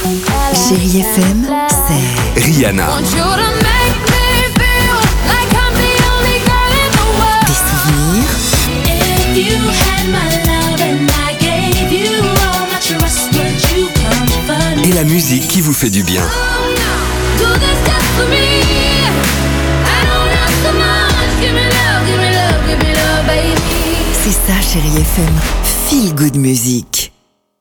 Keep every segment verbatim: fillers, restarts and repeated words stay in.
Chérie F M, c'est Rihanna. des souvenirs Et la musique qui vous fait du bien. C'est ça, Chérie F M. Feel good music.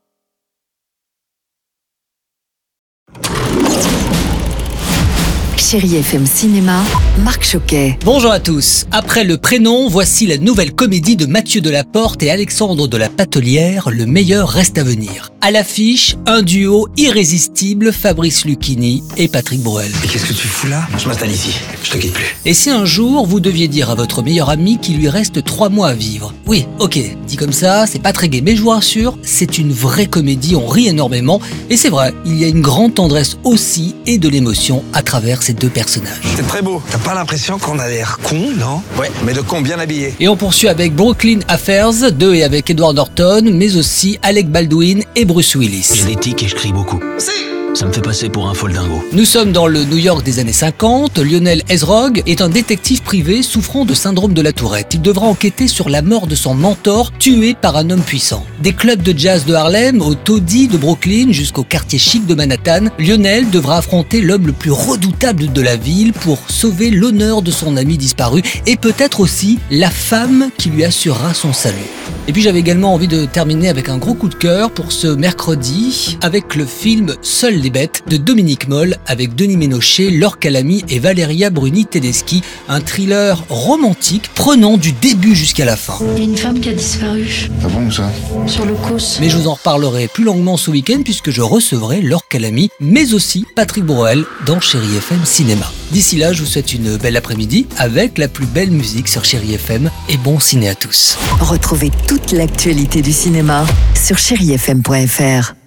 Chérie F M Cinéma, Marc Choquet. Bonjour à tous. Après Le Prénom, voici la nouvelle comédie de Mathieu Delaporte et Alexandre de la Patelière, Le meilleur reste à venir. À l'affiche, un duo irrésistible, Fabrice Lucchini et Patrick Bruel. Et qu'est-ce que tu fous là? Je m'installe ici, je te quitte plus. Et si un jour, vous deviez dire à votre meilleur ami qu'il lui reste trois mois à vivre? Oui, ok, dit comme ça, c'est pas très gai, mais je vous rassure, c'est une vraie comédie, on rit énormément, et c'est vrai, il y a une grande tendresse aussi et de l'émotion à travers ces deux personnages. C'est très beau. T'as pas l'impression qu'on a l'air con, non? Ouais, mais de con bien habillé. Et on poursuit avec Brooklyn Affairs, de et avec Edward Norton, mais aussi Alec Baldwin et Bruce Willis. J'ai des tics et je crie beaucoup. Ça me fait passer pour un foldingo. Nous sommes dans le New York des années cinquante. Lionel Herzog est un détective privé souffrant de syndrome de la Tourette. Il devra enquêter sur la mort de son mentor, tué par un homme puissant. Des clubs de jazz de Harlem au taudis de Brooklyn jusqu'au quartier chic de Manhattan, Lionel devra affronter l'homme le plus redoutable de la ville pour sauver l'honneur de son ami disparu et peut-être aussi la femme qui lui assurera son salut. Et puis j'avais également envie de terminer avec un gros coup de cœur pour ce mercredi avec le film Seuls les bêtes de Dominique Moll avec Denis Ménochet, Laure Calamy et Valeria Bruni-Tedeschi. Un thriller romantique prenant du début jusqu'à la fin. Il y a une femme qui a disparu. Ah bon, ça? Sur le Causse. Mais je vous en reparlerai plus longuement ce week-end puisque je recevrai Laure Calamy, mais aussi Patrick Bruel dans Chérie F M Cinéma. D'ici là, je vous souhaite une belle après-midi avec la plus belle musique sur Chérie F M et bon ciné à tous. Retrouvez toute l'actualité du cinéma sur chérie f m point f r.